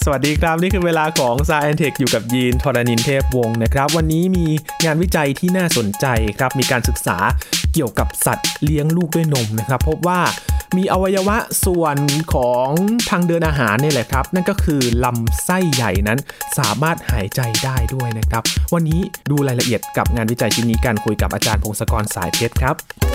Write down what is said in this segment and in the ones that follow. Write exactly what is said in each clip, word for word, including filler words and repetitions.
สวัสดีครับนี่คือเวลาของ Science Tech อยู่กับยีนทรณินเทพวงศ์นะครับวันนี้มีงานวิจัยที่น่าสนใจครับมีการศึกษาเกี่ยวกับสัตว์เลี้ยงลูกด้วยนมนะครับพบว่ามีอวัยวะส่วนของทางเดินอาหารนี่แหละครับนั่นก็คือลำไส้ใหญ่นั้นสามารถหายใจได้ด้วยนะครับวันนี้ดูรายละเอียดกับงานวิจัยชิ้นนี้กันคุยกับอาจารย์พงศกรสายเพชรครับ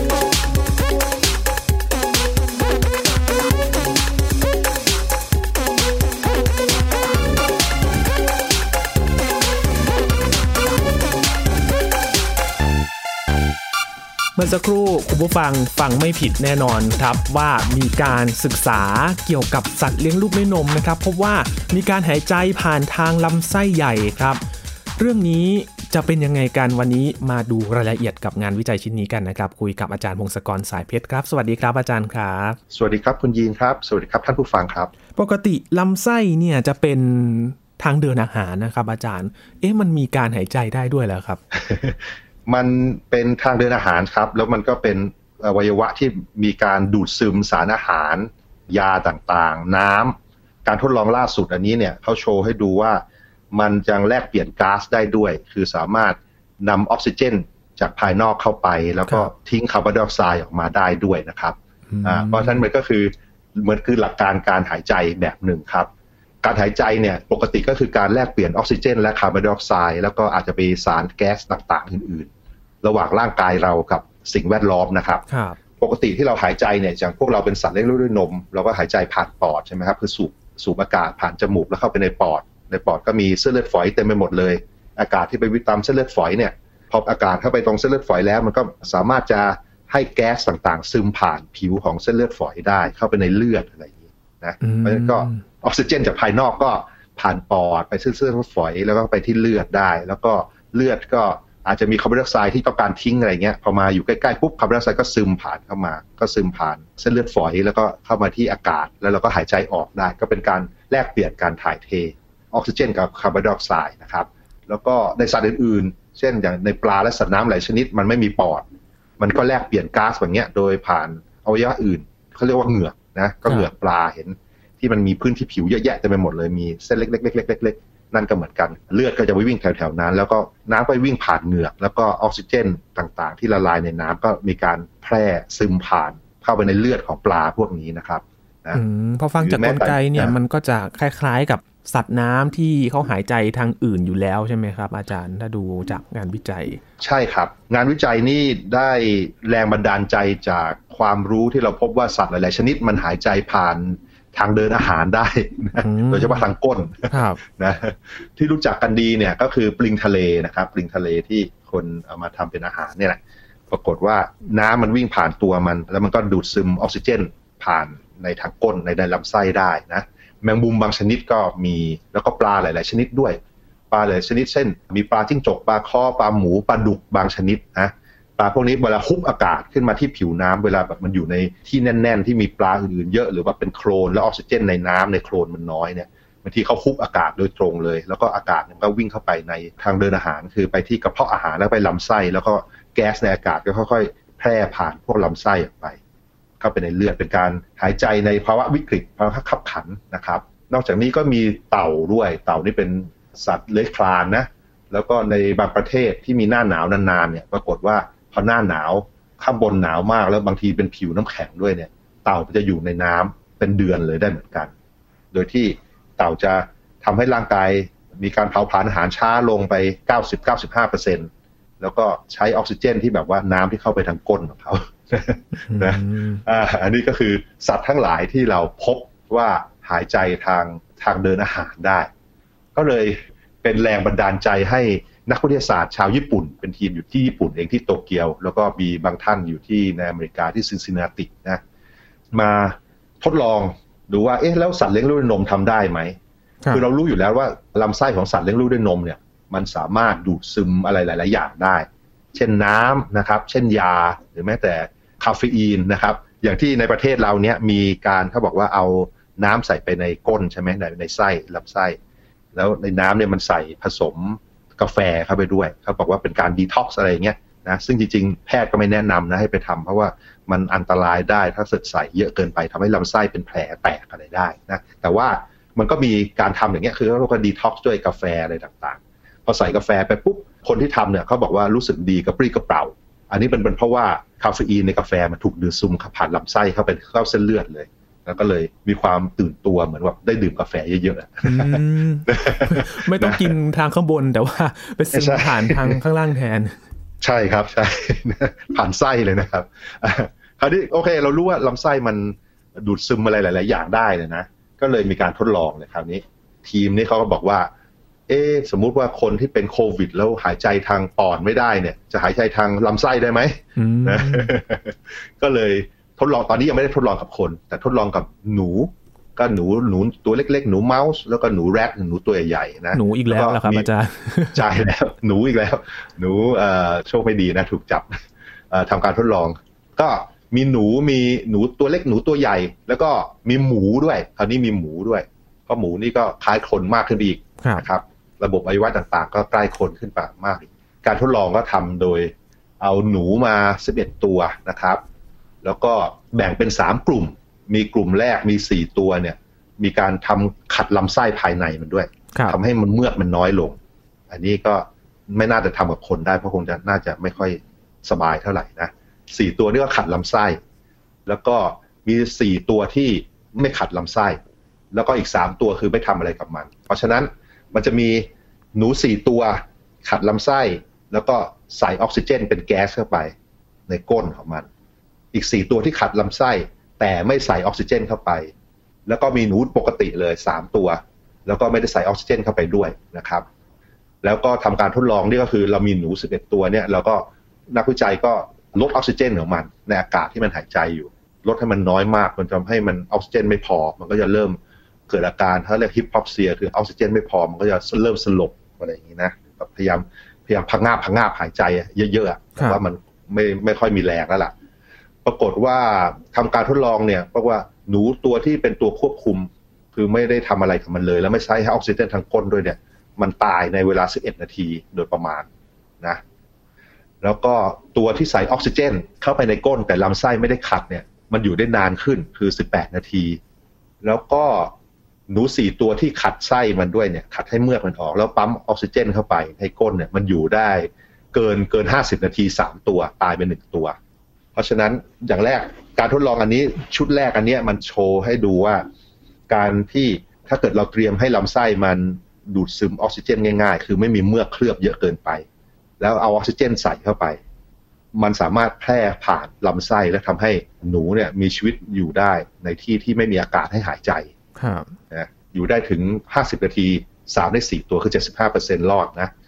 เมื่อสักครู่คุณผู้ฟังฟังไม่ผิดแน่นอนครับว่ามีการศึกษาเกี่ยวกับสัตว์เลี้ยงลูกด้วยนมนะครับพบว่ามีการหายใจผ่านทางลำไส้ใหญ่ครับเรื่องนี้จะเป็นยังไงกันวันนี้มาดูรายละเอียดกับงานวิจัยชิ้นนี้กันนะครับคุยกับอาจารย์พงศกรสายเพชรครับสวัสดีครับอาจารย์ครับสวัสดีครับคุณยีนครับสวัสดีครับท่านผู้ฟังครับปกติลำไส้เนี่ยจะเป็นทางเดินอาหารนะครับอาจารย์เอ๊ะมันมีการหายใจได้ด้วยเหรอครับมันเป็นทางเดินอาหารครับแล้วมันก็เป็นอวัยวะที่มีการดูดซึมสารอาหารยาต่างๆน้ำการทดลองล่าสุดอันนี้เนี่ยเขาโชว์ให้ดูว่ามันยังแลกเปลี่ยนก๊าซได้ด้วยคือสามารถนำออกซิเจนจากภายนอกเข้าไปแล้วก็ทิ้งคาร์บอนไดออกไซด์ออกมาได้ด้วยนะครับอ่าเพราะฉะนั้นมันก็คือเหมือนคือหลักการการหายใจแบบหนึ่งครับการหายใจเนี่ยปกติก็คือการแลกเปลี่ยนออกซิเจนและคาร์บอนไดออกไซด์แล้วก็อาจจะมีสารแก๊สต่างๆอื่นๆระหว่างร่างกายเรากับสิ่งแวดล้อมนะครับปกติที่เราหายใจเนี่ยอย่างพวกเราเป็นสัตว์เลี้ยงลูกด้วยนมเราก็หายใจผ่านปอดใช่ไหมครับคือสูบสูบอากาศผ่านจมูกแล้วเข้าไปในปอดในปอดก็มีเส้นเลือดฝอยเต็มไปหมดเลยอากาศที่ไปวิ่งตามเส้นเลือดฝอยเนี่ยพออากาศเข้าไปตรงเส้นเลือดฝอยแล้วมันก็สามารถจะให้แก๊สต่างๆซึมผ่านผิวของเส้นเลือดฝอยได้เข้าไปในเลือดอะไรอย่างนี้นะเพราะฉะนั้นก็ออกซิเจนจากภายนอกก็ผ่านปอดไปเส้นเลือดฝอยแล้วก็ไปที่เลือดได้แล้วก็เลือดก็อาจจะมีคาร์บอนไดออกไซด์ที่ต้องการทิ้งอะไรเงี้ยพอมาอยู่ใกล้ๆปุ๊บคาร์บอนไดออกไซด์ก็ซึมผ่านเข้ามาก็ซึมผ่านเส้นเลือดฝอยแล้วก็เข้ามาที่อากาศแล้วเราก็หายใจออกได้ก็เป็นการแลกเปลี่ยนการถ่ายเทออกซิเจนกับคาร์บอนไดออกไซด์นะครับแล้วก็ในสัตว์อื่นๆเช่นอย่างในปลาและสัตว์น้ำหลายชนิดมันไม่มีปอดมันก็แลกเปลี่ยนก๊าซแบบเนี้ยโดยผ่านอวัยวะอื่นเขาเรียกว่าเหงือกนะก็เหงือกปลาเห็นที่มันมีพื้นที่ผิวเยอะแยะเต็มไปหมดเลยมีเส้นเล็กๆๆๆๆนั่นก็เหมือนกันเลือดก็จะไปวิ่งแถวๆนั้นแล้วก็น้ำก็วิ่งผ่านเหงือกแล้วก็ออกซิเจนต่างๆที่ละลายในน้ำก็มีการแพร่ซึมผ่านเข้าไปในเลือดของปลาพวกนี้นะครับนะพอฟังจากกลไกเนี่ยมันก็จะคล้ายๆกับสัตว์น้ำที่เขาหายใจทางอื่นอยู่แล้วใช่ไหมครับอาจารย์ถ้าดูจากงานวิจัยใช่ครับงานวิจัยนี่ได้แรงบันดาลใจจากความรู้ที่เราพบว่าสัตว์หลายๆชนิดมันหายใจผ่านทางเดินอาหารได้นะโดยเฉพาะทางก้นนะที่รู้จักกันดีเนี่ยก็คือปลิงทะเลนะครับปลิงทะเลที่คนเอามาทำเป็นอาหารเนี่ยแหละปรากฏว่าน้ำมันวิ่งผ่านตัวมันแล้วมันก็ดูดซึมออกซิเจนผ่านในทางก้นในในลำไส้ได้นะแมงมุมบางชนิดก็มีแล้วก็ปลาหลายๆชนิดด้วยปลาหลายชนิดเช่นมีปลาจิ้งจกปลาค้อปลาหมูปลาดุกบางชนิดนะปลาพวกนี้เวลาฮุบอากาศขึ้นมาที่ผิวน้ำเวลาแบบมันอยู่ในที่แน่นๆที่มีปลาอื่นๆเยอะหรือว่าเป็นโคลนแล้วออกซิเจนในน้ำในโคลนมันน้อยเนี่ยบางทีเขาฮุบอากาศโดยตรงเลยแล้วก็อากาศมันก็วิ่งเข้าไปในทางเดินอาหารคือไปที่กระเพาะอาหารแล้วไปลำไส้แล้วก็แก๊สในอากาศก็ค่อยๆแพร่ผ่านพวกลำไส้ออกไปเข้าไปในเลือดเป็นการหายใจในภาวะวิกฤตภาวะขับขันนะครับนอกจากนี้ก็มีเต่าด้วยเต่านี่เป็นสัตว์เลื้อยคลานนะแล้วก็ในบางประเทศที่มีหน้าหนาวนานๆเนี่ยปรากฏว่าพอหน้าหนาวข้างบนหนาวมากแล้วบางทีเป็นผิวน้ำแข็งด้วยเนี่ยเต่าจะอยู่ในน้ำเป็นเดือนเลยได้เหมือนกันโดยที่เต่าจะทำให้ร่างกายมีการเผาผลาญอาหารช้าลงไป เก้าสิบถึงเก้าสิบห้าเปอร์เซ็นต์ แล้วก็ใช้ออกซิเจนที่แบบว่าน้ำที่เข้าไปทางก้นของเขานะอ่าอันนี้ก็คือสัตว์ทั้งหลายที่เราพบว่าหายใจทางทางเดินอาหารได้ก็เลยเป็นแรงบันดาลใจให้นักวิทยาศาสตร์ชาวญี่ปุ่นเป็นทีมอยู่ที่ญี่ปุ่นเองที่โตเกียวแล้วก็มีบางท่านอยู่ที่ในอเมริกาที่ซินซินนาตินะมาทดลองดูว่าเอ๊ะแล้วสัตว์เลี้ยงลูกด้วยนมทำได้ไหมคือเรารู้อยู่แล้วว่าลำไส้ของสัตว์เลี้ยงลูกด้วยนมเนี่ยมันสามารถดูดซึมอะไรหลายๆอย่างได้เช่นน้ำนะครับเช่นยาหรือแม้แต่คาเฟอีนนะครับอย่างที่ในประเทศเราเนี้ยมีการเขาบอกว่าเอาน้ำใส่ไปในก้นใช่ไหมในในไส้ลำไส้แล้วในน้ำเนี่ยมันใส่ผสมกาแฟเข้าไปด้วยเขาบอกว่าเป็นการดีท็อกซ์อะไรอย่างเงี้ยนะซึ่งจริงๆแพทย์ก็ไม่แนะนำนะให้ไปทำเพราะว่ามันอันตรายได้ถ้าเสพใส่เยอะเกินไปทำให้ลำไส้เป็นแผลแตกอะไรได้นะแต่ว่ามันก็มีการทำอย่างเงี้ยคือเราก็ดีท็อกซ์ด้วยกาแฟอะไรต่างๆพอใส่กาแฟไปปุ๊บคนที่ทำเนี่ยเขาบอกว่ารู้สึกดีกระปรี้กระเปร่าอันนี้เป็นเพราะว่าคาเฟอีนในกาแฟมันถูกดูดซึมผ่านลำไส้เข้าไปเข้าเส้นเลือดเลยแล้วก็เลยมีความตื่นตัวเหมือนว่าได้ดื่มกาแฟเยอะๆไม่ต้องกินทางข้างบนแต่ว่าไปซึมผ่านทางข้างล่างแทนใช่ครับใช่ผ่านไส้เลยนะครับคราวนี้โอเคเรารู้ว่าลำไส้มันดูดซึมอะไรหลายๆอย่างได้เลยนะก็เลยมีการทดลองเลยคราวนี้ทีมนี้เขาก็บอกว่าเอ๊ะสมมุติว่าคนที่เป็นโควิดแล้วหายใจทางปอดไม่ได้เนี่ยจะหายใจทางลำไส้ได้ไหมนะก็เลยทดลองตอนนี้ยังไม่ได้ทดลองกับคนแต่ทดลองกับหนูก็หนูหนูตัวเล็กๆหนูเมาส์แล้วก็หนูแรดหนูตัวใหญ่ๆนะหนูอีกแล้วเหรอครับอาจารย์ใช่แล้วหนูอีกแล้วหนูโชคไม่ดีนะถูกจับทำการทดลองก็มีหนูมีหนูตัวเล็กหนูตัวใหญ่แล้วก็มีหมูด้วยคราวนี้มีหมูด้วยเพราะหมูนี่ก็คล้ายคนมากขึ้นอีกนะครับระบบอวัยวะต่างๆก็ใกล้คนขึ้นไปมากอีกการทดลองก็ทำโดยเอาหนูมาสิบเอ็ดตัวนะครับแล้วก็แบ่งเป็นสามกลุ่มมีกลุ่มแรกมีสี่ตัวเนี่ยมีการทำขัดลำไส้ภายในมันด้วยทำให้มันเมือกมันน้อยลงอันนี้ก็ไม่น่าจะทำกับคนได้เพราะคงจะน่าจะไม่ค่อยสบายเท่าไหร่นะสี่ตัวนี่ก็ขัดลำไส้แล้วก็มีสี่ตัวที่ไม่ขัดลำไส้แล้วก็อีกสามตัวคือไม่ทำอะไรกับมันเพราะฉะนั้นมันจะมีหนูสี่ตัวขัดลำไส้แล้วก็ใส่ออกซิเจนเป็นแก๊สเข้าไปในก้นของมันอีกสี่ตัวที่ขัดลำไส้แต่ไม่ใส่ออกซิเจนเข้าไปแล้วก็มีหนูปกติเลยสามตัวแล้วก็ไม่ได้ใส่ออกซิเจนเข้าไปด้วยนะครับแล้วก็ทำการทดลองนี่ก็คือเรามีหนูสิบเอ็ดตัวเนี่ยแล้วก็นักวิจัยก็ลดออกซิเจนของมันในอากาศที่มันหายใจอยู่ลดให้มันน้อยมากมันทำให้มันออกซิเจนไม่พอมันก็จะเริ่มเกิดอาการเขาเรียกฮิปพ็อกเซียคือออกซิเจนไม่พอมันก็จะเริ่มสลบอะไรอย่างนี้นะพยายามพยายามพังงาบพังงาบหายใจเยอะๆแต่ว่ามันไม่ไม่ค่อยมีแรงแล้วล่ะปรากฏว่าทำการทดลองเนี่ยเพราะว่าหนูตัวที่เป็นตัวควบคุมคือไม่ได้ทำอะไรกับมันเลยแล้วไม่ใช้ให้ออกซิเจนทางก้นด้วยเนี่ยมันตายในเวลาสิบเอ็ดนาทีโดยประมาณนะแล้วก็ตัวที่ใส่ออกซิเจนเข้าไปในก้นแต่ลำไส้ไม่ได้ขัดเนี่ยมันอยู่ได้นานขึ้นคือสิบแปดนาทีแล้วก็หนูสี่ตัวที่ขัดไส้มันด้วยเนี่ยขัดให้เมือกมันออกแล้วปั๊มออกซิเจนเข้าไปในก้นเนี่ยมันอยู่ได้เกินเกินห้าสิบนาทีสามตัวตายไปหนึ่งตัวเพราะฉะนั้นอย่างแรกการทดลองอันนี้ชุดแรกอันนี้มันโชว์ให้ดูว่าการที่ถ้าเกิดเราเตรียมให้ลำไส้มันดูดซึมออกซิเจนง่ายๆคือไม่มีเมือกเคลือบเยอะเกินไปแล้วเอาออกซิเจนใส่เข้าไปมันสามารถแพร่ผ่านลำไส้และทำให้หนูเนี่ยมีชีวิตอยู่ได้ในที่ที่ไม่มีอากาศให้หายใจนะอยู่ได้ถึงห้าสิบนาทีสามในสี่ตัวคือ เจ็ดสิบห้าเปอร์เซ็นต์ รอดนะ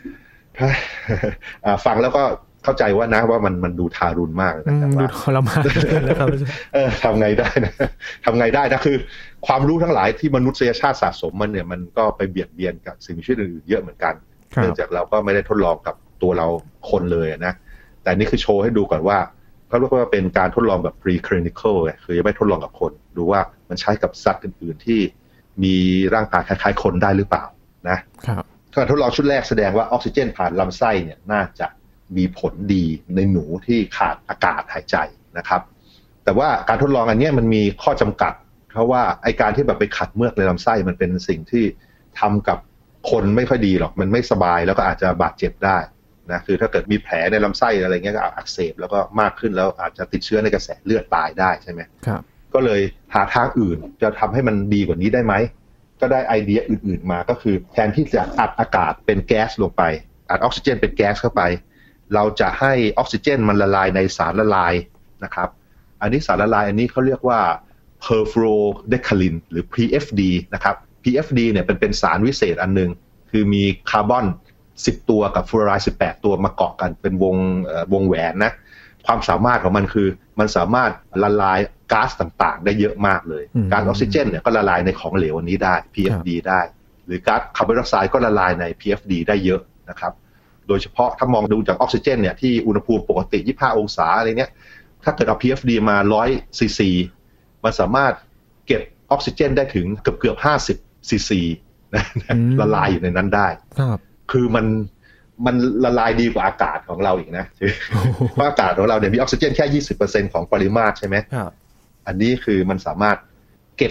ฟังแล้วก็เข้าใจว่านะว่ามันมันดูทารุณมากนะครับดูทรมานนะครับเออทำไงได้นะทำไงได้นะคือความรู้ทั้งหลายที่มนุษยชาติสะสมมันเนี่ยมันก็ไปเบียดเบียนกับสิ่งมีชีวิตอื่นๆเยอะเหมือนกันเนื่องจากเราก็ไม่ได้ทดลองกับตัวเราคนเลยนะแต่นี่คือโชว์ให้ดูก่อนว่าเขาเรียกว่าเป็นการทดลองแบบ preclinical ไงคือยังไม่ทดลองกับคนดูว่ามันใช้กับสัตว์อื่นๆที่มีร่างกายคล้ายๆคนได้หรือเปล่านะครับการทดลองชุดแรกแสดงว่าออกซิเจนผ่านลำไส้เนี่ยน่าจะมีผลดีในหนูที่ขาดอากาศหายใจนะครับแต่ว่าการทดลองอันนี้มันมีข้อจำกัดเพราะว่าไอการที่แบบไปขัดเมือกในลำไส้มันเป็นสิ่งที่ทำกับคนไม่ค่อยดีหรอกมันไม่สบายแล้วก็อาจจะบาดเจ็บได้นะคือถ้าเกิดมีแผลในลำไส้อะไรเงี้ยก็อักเสบแล้วก็มากขึ้นแล้วอาจจะติดเชื้อในกระแสเลือดตายได้ใช่ไหมครับก็เลยหาทางอื่นจะทำให้มันดีกว่านี้ได้ไหมก็ได้ไอเดียอื่นๆมาก็คือแทนที่จะอัดอากาศเป็นแก๊สลงไปอัดออกซิเจนเป็นแก๊สเข้าไปเราจะให้ออกซิเจนมันละลายในสารละลายนะครับอันนี้สารละลายอันนี้เขาเรียกว่า perfluorodecaline หรือ พี เอฟ ดี นะครับ พี เอฟ ดี เนี่ยเป็นเป็นสารวิเศษอันนึงคือมีคาร์บอนสิบตัวกับฟลูออไรด์สิบแปดตัวมาเกาะกันเป็นวงวงแหวนนะความสามารถของมันคือมันสามารถละลายก๊าซต่างๆได้เยอะมากเลยก๊าซออกซิเจนเนี่ยก็ละลายในของเหลวอันนี้ได้ พี เอฟ ดี ได้หรือก๊าซคาร์บอนไดออกไซด์ก็ละลายใน พี เอฟ ดี ได้เยอะนะครับโดยเฉพาะถ้ามองดูจากออกซิเจนเนี่ยที่อุณหภูมิปกติยี่สิบห้าองศาอะไรเนี้ยถ้าเกิดเอา พี เอฟ ดี มาหนึ่งร้อยซีซีมันสามารถเก็บออกซิเจนได้ถึงเกือบเกือบห้าสิบซีซีนะละลายอยู่ในนั้นได้คือมันมันละลายดีกว่าอากาศของเราอีกนะเพราะอากาศของเราเนี่ยมีออกซิเจนแค่ ยี่สิบเปอร์เซ็นต์ ของปริมาตรใช่ไหมอันนี้คือมันสามารถเก็บ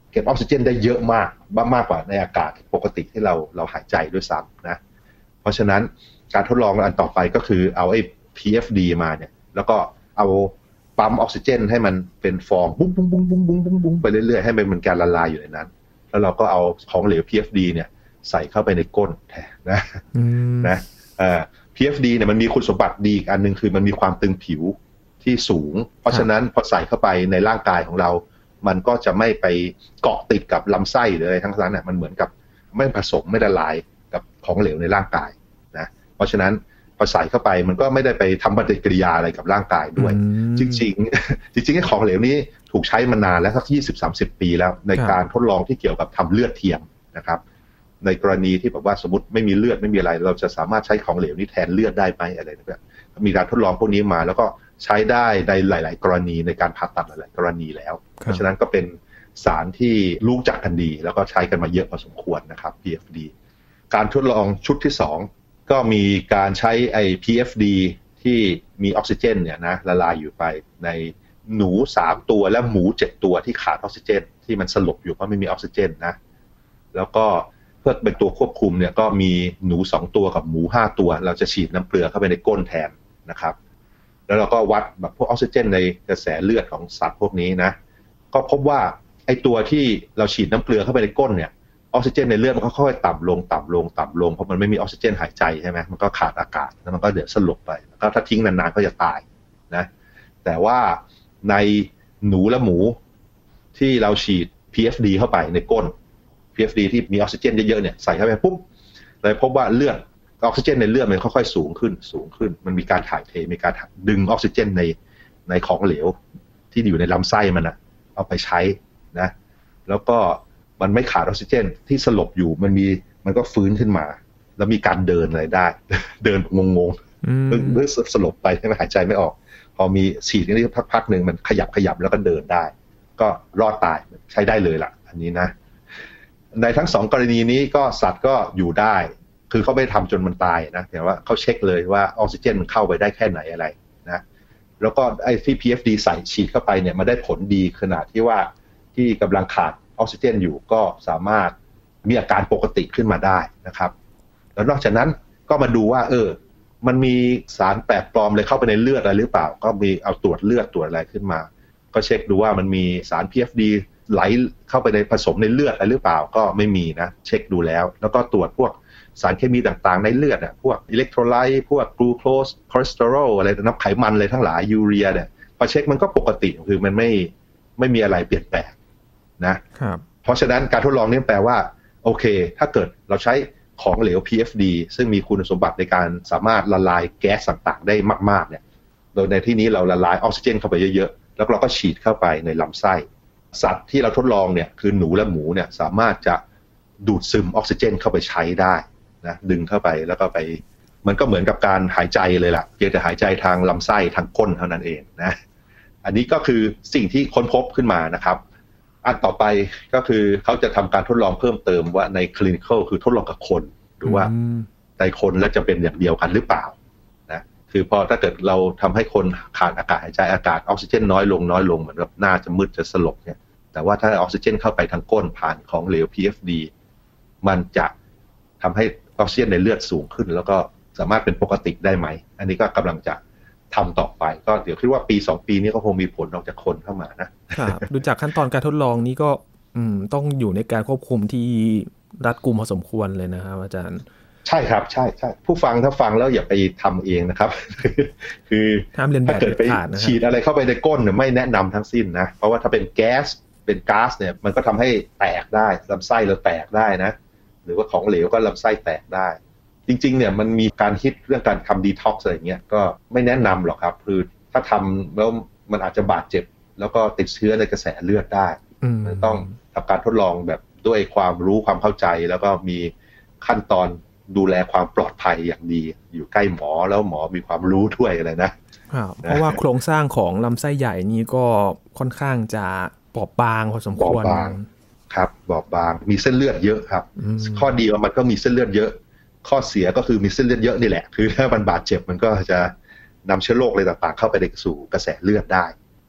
เก็บออกซิเจนได้เยอะมากมากกว่าในอากาศปกติที่เราเราหายใจด้วยซ้ำนะเพราะฉะนั้นการทดลองอันต่อไปก็คือเอาไอ้ พี เอฟ ดี มาเนี่ยแล้วก็เอาปั๊มออกซิเจนให้มันเป็นฟองบุ้งบุ้งบุ้งบุ้งบุ้งบุ้งบุ้งไปเรื่อยๆให้มันเป็นการละลายอยู่ในนั้นแล้วเราก็เอาของเหลว พี เอฟ ดี เนี่ยใส่เข้าไปในก้นแทนนะนะเอ่อ พี เอฟ ดี เนี่ยมันมีคุณสมบัติดีอีกอันนึงคือมันมีความตึงผิวที่สูงเพราะฉะนั้นพอใส่เข้าไปในร่างกายของเรามันก็จะไม่ไปเกาะติดกับลำไส้หรืออะไรทั้งนั้นเนี่ยมันเหมือนกับไม่ผสมไม่ละลายกับของเหลวในร่างกายนะเพราะฉะนั้นพอใส่เข้าไปมันก็ไม่ได้ไปทำปฏิกิริยาอะไรกับร่างกายด้วยจริงๆจริงๆไอ้ของเหลวนี้ถูกใช้มานานแล้วสัก ยี่สิบถึงสามสิบ ปีแล้วในการทดลองที่เกี่ยวกับทำเลือดเทียมนะครับในกรณีที่แบบว่าสมมติไม่มีเลือดไม่มีอะไรเราจะสามารถใช้ของเหลวนี้แทนเลือดได้ไหมอะไรแบบมีการทดลองพวกนี้มาแล้วก็ใช้ได้ในหลายๆกรณีในการผ่าตัดหลายๆกรณีแล้วเพราะฉะนั้นก็เป็นสารที่รู้จักกันดีแล้วก็ใช้กันมาเยอะพอสมควรนะครับ พี เอฟ ดี การทดลองชุดที่สองก็มีการใช้ไอ้ พี เอฟ ดี ที่มีออกซิเจนเนี่ยนะละลายอยู่ไปในหนูสามตัวและหมูเจ็ดตัวที่ขาดออกซิเจนที่มันสลบอยู่เพราะไม่มีออกซิเจนนะแล้วก็เพื่อเป็นตัวควบคุมเนี่ยก็มีหนูสองตัวกับหมูห้าตัวเราจะฉีดน้ำเกลือเข้าไปในก้นแทนนะครับแล้วเราก็วัดแบบพวกออกซิเจนในกระแสเลือดของสัตว์พวกนี้นะก็พบว่าไอ้ตัวที่เราฉีดน้ำเกลือเข้าไปในก้นเนี่ยออกซิเจนในเลือดมันก็ค่อยๆต่ำลงต่ำลงต่ำลงเพราะมันไม่มีออกซิเจนหายใจใช่ไหมมันก็ขาดอากาศแล้วมันก็เดี๋ยวสลบไปแล้วก็ถ้าทิ้งนานๆก็จะตายนะแต่ว่าในหนูและหมูที่เราฉีด พี เอฟ ดี เข้าไปในก้น พี เอฟ ดี ที่มีออกซิเจนเยอะๆเนี่ยใส่เข้าไปปุ๊บเลยพบว่าเลือดออกซิเจนในเลือดมันค่อยๆสูงขึ้นสูงขึ้นมันมีการถ่ายเทมีการดึงออกซิเจนในในของเหลวที่อยู่ในลำไส้มันนะเอาไปใช้นะแล้วก็มันไม่ขาดออกซิเจนที่สลบอยู่มันมีมันก็ฟื้นขึ้นมาแล้วมีการเดินอะไรได้ เดินงงๆเพิ่งสลบไปใช่ไหมหายใจไม่ออกพอมีฉีดนี่พักๆหนึ่งมันขยับขยับแล้วก็เดินได้ก็รอดตายใช้ได้เลยล่ะอันนี้นะในทั้งสองกรณีนี้ก็สัตว์ก็อยู่ได้คือเขาไม่ทำจนมันตายนะแต่ว่าเขาเช็คเลยว่าออกซิเจนมันเข้าไปได้แค่ไหนอะไรนะแล้วก็ไอ้ที่ พี เอฟ ดี ใส่ฉีดเข้าไปเนี่ยมันได้ผลดีขนาดที่ว่าที่กำลังขาดออกซิเจนอยู่ก็สามารถมีอาการปกติขึ้นมาได้นะครับแล้วนอกจากนั้นก็มาดูว่าเออมันมีสารแปลกปลอมอะไรเข้าไปในเลือดอะไรหรือเปล่าก็มีเอาตรวจเลือดตรวจอะไรขึ้นมาก็เช็คดูว่ามันมีสาร พี เอฟ ดี ไหลเข้าไปในผสมในเลือดอะไรหรือเปล่าก็ไม่มีนะเช็คดูแล้วแล้วก็ตรวจพวกสารเคมีต่างๆในเลือดอ่ะพวกอิเล็กโทรไลต์พวกกลูโคสคอเลสเตอรอลอะไรน้ำไขมันอะไรทั้งหลายยูเรียเนี่ยพอเช็คมันก็ปกติคือมันไม่ไม่มีอะไรเปลี่ยนแปลงนะครับเพราะฉะนั้นการทดลองนี้แปลว่าโอเคถ้าเกิดเราใช้ของเหลว พี เอฟ ดี ซึ่งมีคุณสมบัติในการสามารถละลายแก๊สต่างๆได้มากๆเนี่ยโดยในที่นี้เราละลายออกซิเจนเข้าไปเยอะๆแล้วเราก็ฉีดเข้าไปในลำไส้สัตว์ที่เราทดลองเนี่ยคือหนูและหมูเนี่ยสามารถจะดูดซึมออกซิเจนเข้าไปใช้ได้นะดึงเข้าไปแล้วก็ไปมันก็เหมือนกับการหายใจเลยล่ะเพียงแต่หายใจทางลำไส้ทางก้นเท่านั้นเองนะอันนี้ก็คือสิ่งที่ค้นพบขึ้นมานะครับอันต่อไปก็คือเขาจะทำการทดลองเพิ่มเติมว่าใน clinical คือทดลองกับคนดูว่าในคนแล้วจะเป็นอย่างเดียวกันหรือเปล่านะคือพอถ้าเกิดเราทำให้คนขาดอากาศหายใจอากาศออกซิเจนน้อยลงน้อยลงเหมือนกับหน้าจะมืดจะสลบเนี่ยแต่ว่าถ้าออกซิเจนเข้าไปทางก้นผ่านของเหลว พี เอฟ ดี มันจะทำให้ออกซิเจนในเลือดสูงขึ้นแล้วก็สามารถเป็นปกติได้ไหมอันนี้ก็กำลังจะทำต่อไปก็เดี๋ยวคิดว่าปีสองปีนี้ก็คงมีผลออกจากคนเข้ามานะครับดูจากขั้นตอนการทดลองนี้ก็อืมต้องอยู่ในการควบคุมที่รัดกุมพอสมควรเลยนะครับอาจารย์ใช่ครับใช่ใช่ผู้ฟังถ้าฟังแล้วอย่าไปทำเองนะครับคือถ้าเกิดไปฉีดอะไรเข้าไปในก้นเนี่ยไม่แนะนำทั้งสิ้นนะเพราะว่าถ้าเป็นแก๊สเป็นก๊าซเนี่ยมันก็ทำให้แตกได้ลำไส้เราแตกได้นะหรือว่าของเหลวก็ลำไส้แตกได้จริงๆเนี่ยมันมีการฮิตเรื่องการทำดีท็อกซ์อะไรอย่างเงี้ยก็ไม่แนะนำหรอกครับคือถ้าทำแล้วมันอาจจะบาดเจ็บแล้วก็ติดเชื้อในกระแสเลือดได้มันต้องทำการทดลองแบบด้วยความรู้ความเข้าใจแล้วก็มีขั้นตอนดูแลความปลอดภัยอย่างดีอยู่ใกล้หมอแล้วหมอมีความรู้ด้วยอะไรนะเพราะว่าโครงสร้างของลำไส้ใหญ่นี่ก็ค่อนข้างจะบอบบางพอสมควรครับบอบบางมีเส้นเลือดเยอะครับข้อดีว่ามันก็มีเส้นเลือดเยอะข้อเสียก็คือมีเส้นเลือดเยอะนี่แหละคือถ้ามันบาดเจ็บมันก็จะนำเชื้อโรคอะไรต่างๆเข้าไปในสู่กระแสเลือดได้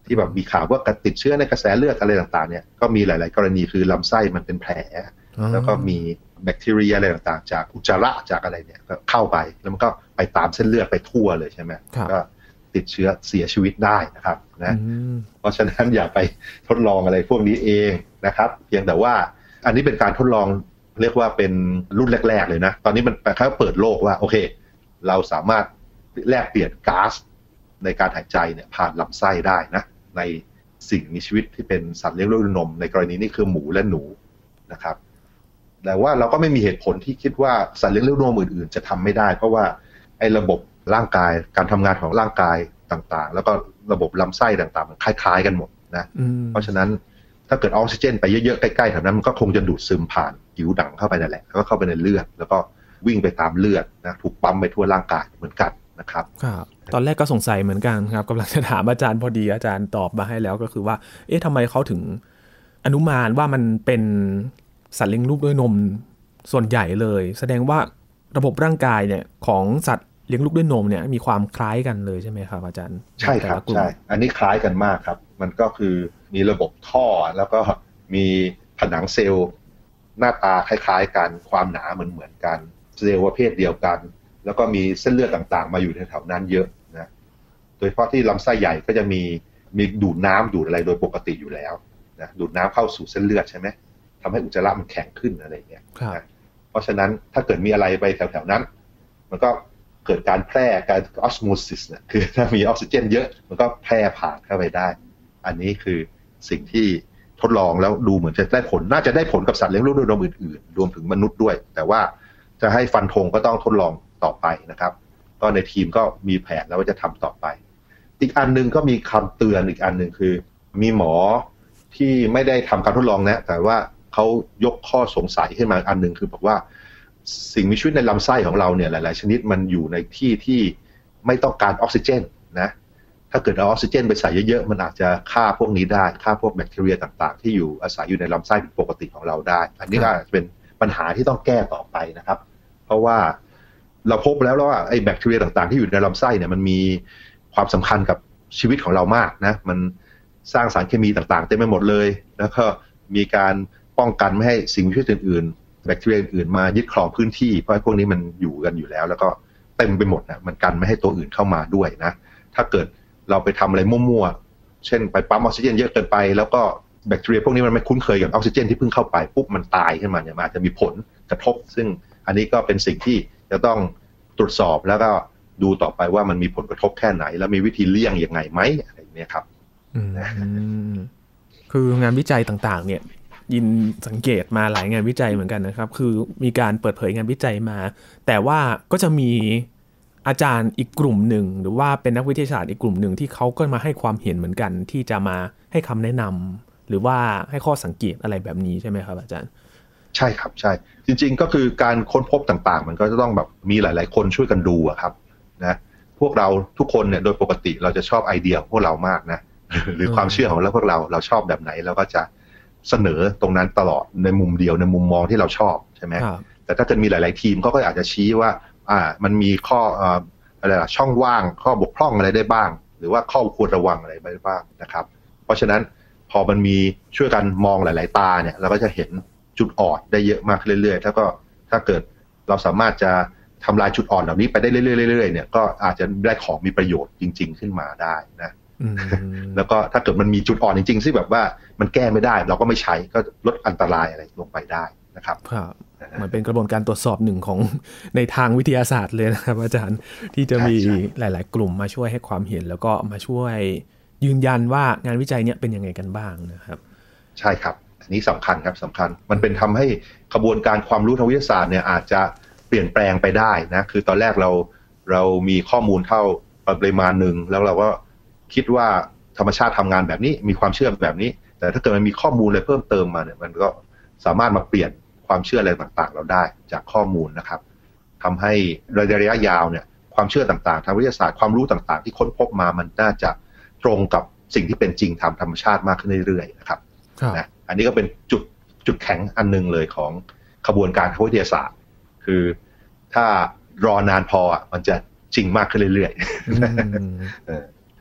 ที่แบบมีข่าวว่าติดเชื้อในกระแสเลือดอะไรต่างๆเนี่ยก็มีหลายๆกรณีคือลำไส้มันเป็นแผลแล้วก็มีแบคทีเรียอะไรต่างๆจากอุจจาระจากอะไรเนี่ยก็เข้าไปแล้วมันก็ไปตามเส้นเลือดไปทั่วเลยใช่ไหมก็ติดเชื้อเสียชีวิตได้นะครับนะเพราะฉะนั้นอย่าไปทดลองอะไรพวกนี้เองนะครับเพียงแต่ว่าอันนี้เป็นการทดลองเรียกว่าเป็นรุ่นแรกๆเลยนะตอนนี้มันแค่เปิดโลกว่าโอเคเราสามารถแลกเปลี่ยนก๊าซในการหายใจเนี่ยผ่านลำไส้ได้นะในสิ่งมีชีวิตที่เป็นสัตว์เลี้ยงลูกด้วยนมในกรณีนี้คือหมูและหนูนะครับแต่ว่าเราก็ไม่มีเหตุผลที่คิดว่าสัตว์เลี้ยงลูกด้วยนมอื่นๆจะทำไม่ได้เพราะว่าไอ้ระบบร่างกายการทำงานของร่างกายต่างๆแล้วก็ระบบลำไส้ต่างๆมันคล้ายๆกันหมดนะเพราะฉะนั้นถ้าเกิดออกซิเจนไปเยอะๆใกล้ๆแถวนั้นมันก็คงจะดูดซึมผ่านผิวหนังเข้าไปนั่นแหละแล้วก็เข้าไปในเลือดแล้วก็วิ่งไปตามเลือดนะถูกปั๊มไปทั่วร่างกายเหมือนกันนะครับครับตอนแรกก็สงสัยเหมือนกันครับกำลังจะถามอาจารย์พอดีอาจารย์ตอบมาให้แล้วก็คือว่าเอ๊ะทำไมเขาถึงอนุมานว่ามันเป็นสัตว์เลี้ยงลูกด้วยนมส่วนใหญ่เลยแสดงว่าระบบร่างกายเนี่ยของสัตว์เลี้ยงลูกด้วยนมเนี่ยมีความคล้ายกันเลยใช่ไหมครับอาจารย์ใช่ครับใช่อันนี้คล้ายกันมากครับมันก็คือมีระบบท่อแล้วก็มีผนังเซลล์หน้าตาคล้ายๆกันความหนาเหมือนเหมือนกันเซลล์ประเภทเดียวกันแล้วก็มีเส้นเลือดต่างๆมาอยู่แถวๆนั้นเยอะนะโดยเฉพาะที่ลำไส้ใหญ่ก็จะมีมีดูดน้ำดูดอะไรโดยปกติอยู่แล้วนะดูดน้ำเข้าสู่เส้นเลือดใช่ไหมทำให้อุจจาระมันแข็งขึ้นอะไรอย่างเงี้ยนะเพราะฉะนั้นถ้าเกิดมีอะไรไปแถวๆนั้นมันก็เกิดการแพร่การออสโมซิสเนี่ยคือถ้ามีออกซิเจนเยอะมันก็แพร่ผ่านเข้าไปได้อันนี้คือสิ่งที่ทดลองแล้วดูเหมือนจะได้ผลน่าจะได้ผลกับสัตว์เลี้ยงลูกด้วยนมอื่นๆรวมถึงมนุษย์ด้วยแต่ว่าจะให้ฟันธงก็ต้องทดลองต่อไปนะครับก็ในทีมก็มีแผนแล้วว่าจะทำต่อไปอีกอันนึงก็มีคำเตือนอีกอันนึงคือมีหมอที่ไม่ได้ทำการทดลองนะแต่ว่าเขายกข้อสงสัยขึ้นมาอันนึงคือบอกว่าสิ่งมีชีวิตในลำไส้ของเราเนี่ยหลายๆชนิดมันอยู่ในที่ที่ไม่ต้องการออกซิเจนนะถ้าเกิดเอาออกซิเจนไปใส่เยอะๆมันอาจจะฆ่าพวกนี้ได้ฆ่าพวกแบคทีเรียต่างๆที่อยู่อาศัยอยู่ในลำไส้ปกติของเราได้อันนี้อาจจะเป็นปัญหาที่ต้องแก้ต่อไปนะครับเพราะว่าเราพบแล้วว่าไอ้แบคทีเรียต่างๆที่อยู่ในลำไส้เนี่ยมันมีความสำคัญกับชีวิตของเรามากนะมันสร้างสารเคมีต่างๆเต็มไปหมดเลยแล้วก็มีการป้องกันไม่ให้สิ่งมีชีวิตอื่นๆแบคทีเรียอื่นๆมายึดครองพื้นที่เพราะพวกนี้มันอยู่กันอยู่แล้วแล้วก็เต็มไปหมดนะมันกันไม่ให้ตัวอื่นเข้ามาด้วยนะถ้าเกิดเราไปทำอะไรมั่วๆเช่นไปปั๊มออกซิเจนเยอะเกินไปแล้วก็แบคทีเรียพวกนี้มันไม่คุ้นเคยกับออกซิเจนที่เพิ่งเข้าไปปุ๊บมันตายขึ้นมาเนี่ยมันอาจจะมีผลกระทบซึ่งอันนี้ก็เป็นสิ่งที่จะต้องตรวจสอบแล้วก็ดูต่อไปว่ามันมีผลกระทบแค่ไหนแล้วมีวิธีเลี่ยงยังไงไหมอะไรอย่างนี้ครับคืองานวิจัยต่างๆเนี่ยยินสังเกตมาหลายงานวิจัยเหมือนกันนะครับคือมีการเปิดเผยงานวิจัยมาแต่ว่าก็จะมีอาจารย์อีกกลุ่มหนึ่งหรือว่าเป็นนักวิทยาศาสตร์อีกกลุ่มหนึ่งที่เขาก็มาให้ความเห็นเหมือนกันที่จะมาให้คำแนะนำหรือว่าให้ข้อสังเกตอะไรแบบนี้ใช่ไหมครับอาจารย์ใช่ครับใช่จริงๆก็คือการค้นพบต่างๆมันก็จะต้องแบบมีหลายๆคนช่วยกันดูอะครับนะพวกเราทุกคนเนี่ยโดยปกติเราจะชอบไอเดียของพวกเรามากนะหรือความเชื่อของเราพวกเราเราชอบแบบไหนเราก็จะเสนอตรงนั้นตลอดในมุมเดียวในมุมมองที่เราชอบใช่ไหมแต่ถ้าเกิดมีหลายๆทีมเขาก็อาจจะชี้ว่าอ่ามันมีข้ออ่าอะไรล่ะช่องว่างข้อบกพร่องอะไรได้บ้างหรือว่าข้อควรระวังอะไรได้บ้างนะครับเพราะฉะนั้นพอมันมีช่วยกันมองหลายๆตาเนี่ยเราก็จะเห็นจุดอ่อนได้เยอะมากเรื่อยๆแล้วก็ถ้าเกิดเราสามารถจะทำลายจุดอ่อนเหล่านี้ไปได้เรื่อยๆๆเนี่ยก็อาจจะได้ของมีประโยชน์จริงๆขึ้นมาได้นะแล้วก็ถ้าเกิดมันมีจุดอ่อนจริงๆที่แบบว่ามันแก้ไม่ได้เราก็ไม่ใช้ก็ลดอันตรายอะไรลงไปได้นะครับครับมันเป็นกระบวนการตรวจสอบหนึ่งของในทางวิทยาศาสตร์เลยนะครับอาจารย์ที่จะมีหลายๆกลุ่มมาช่วยให้ความเห็นแล้วก็มาช่วยยืนยันว่างานวิจัยเนี้ยเป็นยังไงกันบ้างนะครับใช่ครับอันนี้สำคัญครับสำคัญมันเป็นทำให้กระบวนการความรู้ทางวิทยาศาสตร์เนี่ยอาจจะเปลี่ยนแปลงไปได้นะคือตอนแรกเราเรามีข้อมูลเท่าปริมาณหนึ่งแล้วเราก็คิดว่าธรรมชาติทำงานแบบนี้มีความเชื่อแบบนี้แต่ถ้าเกิดมันมีข้อมูลอะไรเพิ่มเติมมาเนี่ยมันก็สามารถมาเปลี่ยนความเชื่ออะไรต่างๆเราได้จากข้อมูลนะครับทำให้ระยะยาวเนี่ยความเชื่อต่างๆทางวิทยาศาสตร์ความรู้ต่างๆที่ค้นพบมามันน่าจะตรงกับสิ่งที่เป็นจริงตามธรรมชาติมากขึ้นเรื่อยๆนะครับนะอันนี้ก็เป็นจุดจุดแข็งอันนึงเลยของขบวนการทางวิทยาศาสตร์คือถ้ารอนานพออ่ะมันจะจริงมากขึ้นเรื่อยๆ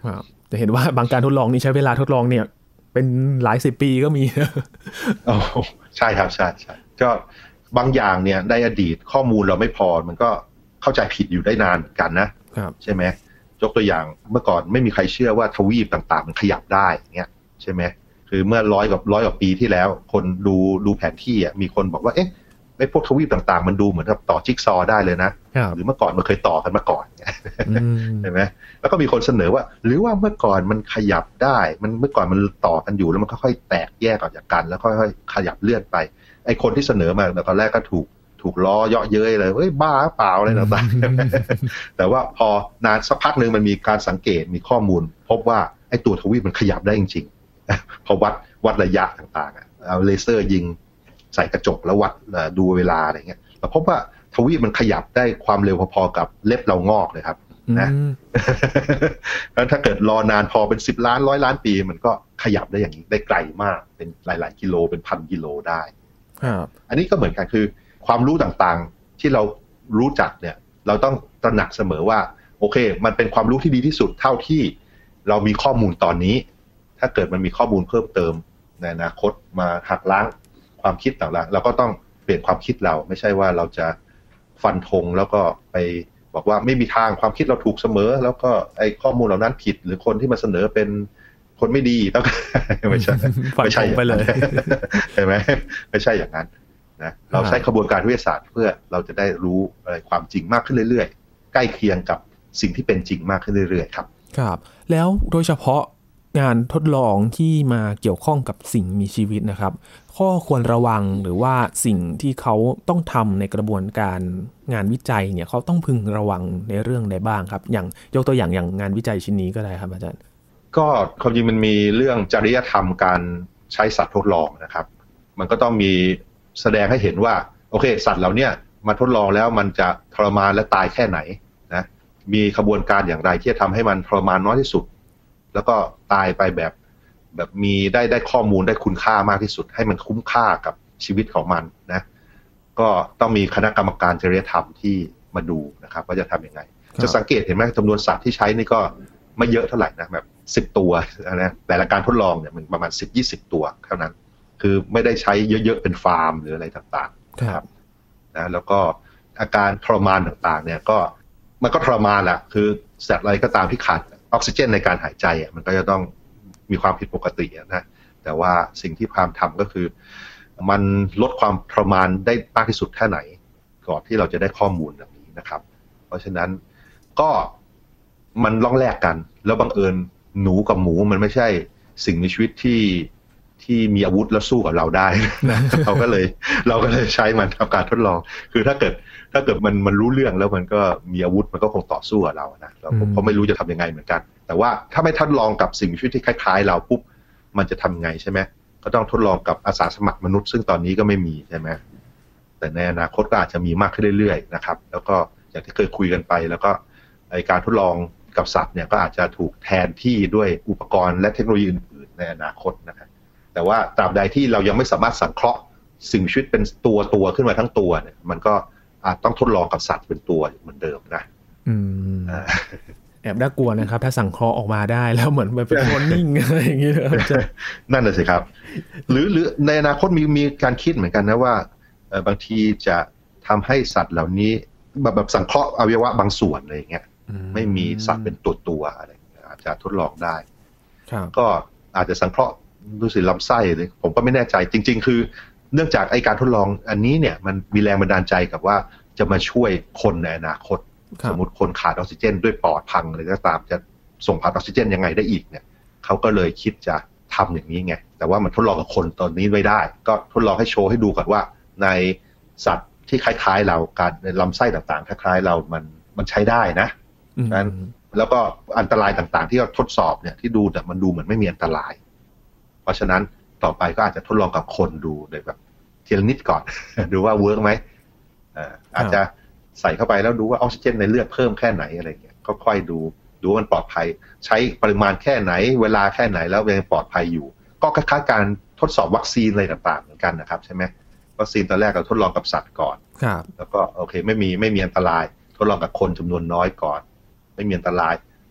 จะเห็นว่าบางการทดลองนี่ใช้เวลาทดลองเนี่ยเป็นหลายสิบปีก็มีอ๋อใช่ครับใช่ใช่ก็บางอย่างเนี่ยในอดีตข้อมูลเราไม่พอมันก็เข้าใจผิดอยู่ได้นานเหมือนกันนะใช่ไหมยกตัวอย่างเมื่อก่อนไม่มีใครเชื่อว่าทวีปต่างๆมันขยับได้เงี้ยใช่ไหมคือเมื่อร้อยกับร้อยกว่าปีที่แล้วคนดูดูแผนที่อ่ะมีคนบอกว่าเอ๊ะไอ้พวกทวีปต่างๆมันดูเหมือนกับต่อจิ๊กซอว์ได้เลยนะหรือเมื่อก่อนมันเคยต่อกันมาก่อนใช่ไหมแล้วก็มีคนเสนอว่าหรือว่าเมื่อก่อนมันขยับได้มันเมื่อก่อนมันต่อกันอยู่แล้วมันค่อยๆแตกแยกออกจากกันแล้วค่อยๆขยับเลื่อนไปไอ้คนที่เสนอมาตอนแรกก็ถูกถูกล้อเยาะเย้ยเลยเฮ้ยบ้าเปล่าอะไรต่างๆแต่ว่าพอนานสักพักนึงมันมีการสังเกตมีข้อมูลพบว่าไอ้ตัวทวีปมันขยับได้จริงๆพอวัดวัดระยะต่างๆเอาเลเซอร์ยิงใส่กระจกแล้ววัดดูเวลาอะไรเงี้ยเราพบว่าทวีปมันขยับได้ความเร็วพอๆกับเล็บเรางอกเลยครับนะแล้วถ้าเกิดรอนานพอเป็นสิบล้านร้อยล้านปีมันก็ขยับได้อย่างนี้ได้ไกลมากเป็นหลายๆกิโลเป็นพันกิโลได้อันนี้ก็เหมือนกันคือความรู้ต่างๆที่เรารู้จักเนี่ยเราต้องตระหนักเสมอว่าโอเคมันเป็นความรู้ที่ดีที่สุดเท่าที่เรามีข้อมูลตอนนี้ถ้าเกิดมันมีข้อมูลเพิ่มเติมในอนาคตมาหักล้างความคิดต่างๆเราก็ต้องเปลี่ยนความคิดเราไม่ใช่ว่าเราจะฟันธงแล้วก็ไปบอกว่าไม่มีทางความคิดเราถูกเสมอแล้วก็ไอ้ข้อมูลเหล่านั้นผิดหรือคนที่มาเสนอเป็นคนไม่ดีแล้วไม่ใช่ไม่ใช่ไปเลยใช่ไหมไม่ใช่อย่างนั้นนะเราใช้กระบวนการวิทยาศาสตร์เพื่อเราจะได้รู้อะไรความจริงมากขึ้นเรื่อยๆใกล้เคียงกับสิ่งที่เป็นจริงมากขึ้นเรื่อยๆครับครับแล้วโดยเฉพาะงานทดลองที่มาเกี่ยวข้องกับสิ่งมีชีวิตนะครับข้อควรระวังหรือว่าสิ่งที่เขาต้องทำในกระบวนการงานวิจัยเนี่ยเขาต้องพึงระวังในเรื่องใดบ้างครับอย่างยกตัวอย่างอย่างงานวิจัยชิ้นนี้ก็ได้ครับอาจารย์ก็ความจริงมันมีเรื่องจริยธรรมการใช้สัตว์ทดลองนะครับมันก็ต้องมีแสดงให้เห็นว่าโอเคสัตว์เหล่านี้มาทดลองแล้วมันจะทรมานและตายแค่ไหนนะมีขบวนการอย่างไรที่จะทำให้มันทรมานน้อยที่สุดแล้วก็ตายไปแบบแบบมีได้ได้ข้อมูลได้คุณค่ามากที่สุดให้มันคุ้มค่ากับชีวิตของมันนะก็ต้องมีคณะกรรมการจริยธรรมที่มาดูนะครับว่าจะทำยังไงจะสังเกตเห็นไหมจำนวนสัตว์ที่ใช้นี่ก็ไม่เยอะเท่าไหร่นะแบบสิบตัวนะแต่ละการทดลองเนี่ยมันประมาณสิบยี่สิบตัวเท่านั้นคือไม่ได้ใช้เยอะๆเป็นฟาร์มหรืออะไรต่างๆครับนะแล้วก็อาการทรมานต่างๆเนี่ยก็มันก็ทรมานแหละคือสัตว์อะไรก็ตามที่ขาดออกซิเจนในการหายใจอ่ะมันก็จะต้องมีความผิดปกตินะแต่ว่าสิ่งที่พามทำก็คือมันลดความทรมานได้มากที่สุดแค่ไหนก่อนที่เราจะได้ข้อมูลแบบนี้นะครับเพราะฉะนั้นก็มันล่องแลกกันแล้วบังเอิญหนูกับหมูมันไม่ใช่สิ่งมีชีวิตที่ที่มีอาวุธแล้วสู้กับเราได้นะเราก็เลยเราก็เลยใช้มันทำการทดลองคือถ้าเกิดถ้าเกิดมันมันรู้เรื่องแล้วมันก็มีอาวุธมันก็คงต่อสู้กับเรานะเราก็ไม่รู้จะทำยังไงเหมือนกันแต่ว่าถ้าไม่ทดลองกับสิ่งมีชีวิตที่คล้ายๆเราปุ๊บมันจะทำไงใช่ไหมก็ต้องทดลองกับอาสาสมัครมนุษย์ซึ่งตอนนี้ก็ไม่มีใช่ไหมแต่ในอนาคตก็อาจจะมีมากขึ้นเรื่อยๆนะครับแล้วก็อย่างที่เคยคุยกันไปแล้วก็ไอ้การทดลองกับสัตว์เนี่ยก็อาจจะถูกแทนที่ด้วยอุปกรณ์และเทคโนโลยีอื่นๆในอนาคตนะครับแต่ว่าตราบใดที่เรายังไม่สามารถสังเคราะห์สิ่งมีชีวิตเป็นตัวตัวขึ้นมาทั้งตัวเนี่ยมันก็อาจต้องทดลองกับสัตว์เป็นตัวเหมือนเดิมนะอืมแอบน่ากลัวนะครับถ้าสังเคราะห์ออกมาได้แล้วเหมือนเป็นโคลนนิ่งอะไรอย่างเงี้ยนั่นน่ะสิครับหรือหรือในอนาคตมีมีการคิดเหมือนกันนะว่าบางทีจะทำให้สัตว์เหล่านี้แบบแบบสังเคราะห์อวัยวะบางส่วนอะไรอย่างเงี้ยไม่มีสัตว์เป็นตัวตัวอะไรอาจจะทดลองได้ก็อาจจะสังเคราะห์ดูสิลำไส้เลยผมก็ไม่แน่ใจจริงๆคือเนื่องจากไอ้การทดลองอันนี้เนี่ยมันมีแรงบันดาลใจกับว่าจะมาช่วยคนในอนาคตสมมติคนขาดออกซิเจนด้วยปอดพังอะไรก็ตามจะส่งผ่านออกซิเจนยังไงได้อีกเนี่ยเขาก็เลยคิดจะทำอย่างนี้ไงแต่ว่ามันทดลองกับคนตอนนี้ไม่ได้ก็ทดลองให้โชว์ให้ดูก่อนว่าในสัตว์ที่คล้ายๆเราการในลำไส้ต่างๆคล้ายๆเรามันมันใช้ได้นะนั้นแล้วก็อันตรายต่างๆที่เราทดสอบเนี่ยที่ดูแต่มันดูเหมือนไม่มีอันตรายเพราะฉะนั้นต่อไปก็อาจจะทดลองกับคนดูโดยแบบทีละนิดก่อนดูว่าเวิร์กไหมอาจจะใส่เข้าไปแล้วดูว่าออกซิเจนในเลือดเพิ่มแค่ไหนอะไรเงี้ยค่อยๆดูดูว่ามันปลอดภัยใช้ปริมาณแค่ไหนเวลาแค่ไหนแล้วยังปลอดภัยอยู่ก็คล้ายๆการทดสอบวัคซีนอะไรต่างๆเหมือนกันนะครับใช่ไหมวัคซีนตอนแรกเราทดลองกับสัตว์ก่อนแล้วก็โอเคไม่มีไม่มีอันตรายทดลองกับคนจำนวนน้อยก่อนไม่มีอันตราย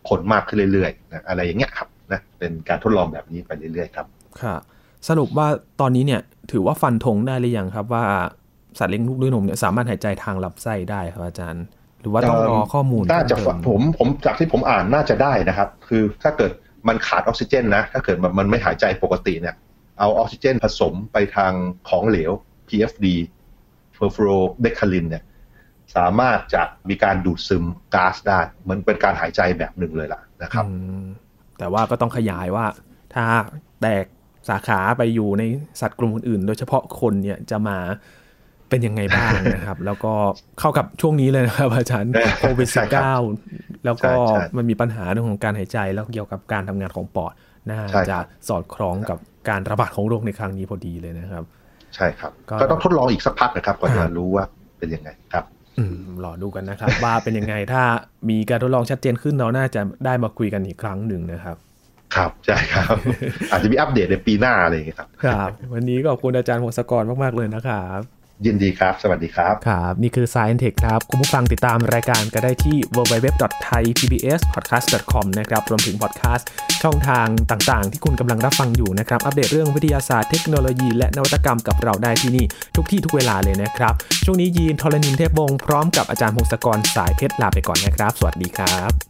คนมากขึ้นเรื่อยๆนะอะไรอย่างเงี้ยครับนะเป็นการทดลองแบบนี้ไปเรื่อยๆครับค่ะสรุปว่าตอนนี้เนี่ยถือว่าฟันธงได้หรือยังครับว่าสัตว์เลี้ยงลูกด้วยนมเนี่ยสามารถหายใจทางลำไส้ได้ครับอาจารย์หรือว่าต้องรอข้อมูลน่าจะผมผมจากที่ผมอ่านน่าจะได้นะครับคือถ้าเกิดมันขาดออกซิเจนนะถ้าเกิดมันไม่หายใจปกติเนี่ยเอาออกซิเจนผสมไปทางของเหลว พี เอฟ ดี perfluorodecarin เนี่ยสามารถจะมีการดูดซึมก๊าซได้มันเป็นการหายใจแบบหนึ่งเลยล่ะนะครับแต่ว่าก็ต้องขยายว่าถ้าแตกสาขาไปอยู่ในสัตว์กลุ่มอื่นๆโดยเฉพาะคนเนี่ยจะมาเป็นยังไงบ้างนะครับ แล้วก็เข้ากับช่วงนี้เลยนะครับอาจารย์โควิด สิบเก้า แล้วก็มันมีปัญหาเรื่องของการหายใจแล้วเกี่ยวกับการทำงานของปอดน่าจะสอดคล้องกับการระบาดของโรคในครั้งนี้พอดีเลยนะครับใช่ครับก็ต้องทดลองอีกสักพักนะครับก่อนจะรู้ว่าเป็นยังไงครับรอดูกันนะครับว่าเป็นยังไงถ้ามีการทดลองชัดเจนขึ้นเราน่าจะได้มาคุยกันอีกครั้งหนึ่งนะครับครับใช่ครับอาจจะมีอัปเดตในปีหน้าอะไรอย่างเงี้ยครับครับวันนี้ขอบคุณอาจารย์พงศกรมากๆเลยนะครับยินดีครับสวัสดีครับครับนี่คือ Science Tech ครับคุณผู้ฟังติดตามรายการก็ได้ที่ ดับเบิลยู ดับเบิลยู ดับเบิลยู ดอท ไทย พี บี เอส พอดแคสต์ ดอท คอม นะครับรวมถึงพอดแคสต์ช่องทางต่างๆที่คุณกำลังรับฟังอยู่นะครับอัปเดตเรื่องวิทยาศาสตร์เทคโนโลยีและนวัตกรรมกับเราได้ที่นี่ทุกที่ทุกเวลาเลยนะครับช่วงนี้ยีนทรณินเทพวงศ์พร้อมกับอาจารย์พงศกรสายเพชรลาไปก่อนนะครับสวัสดีครับ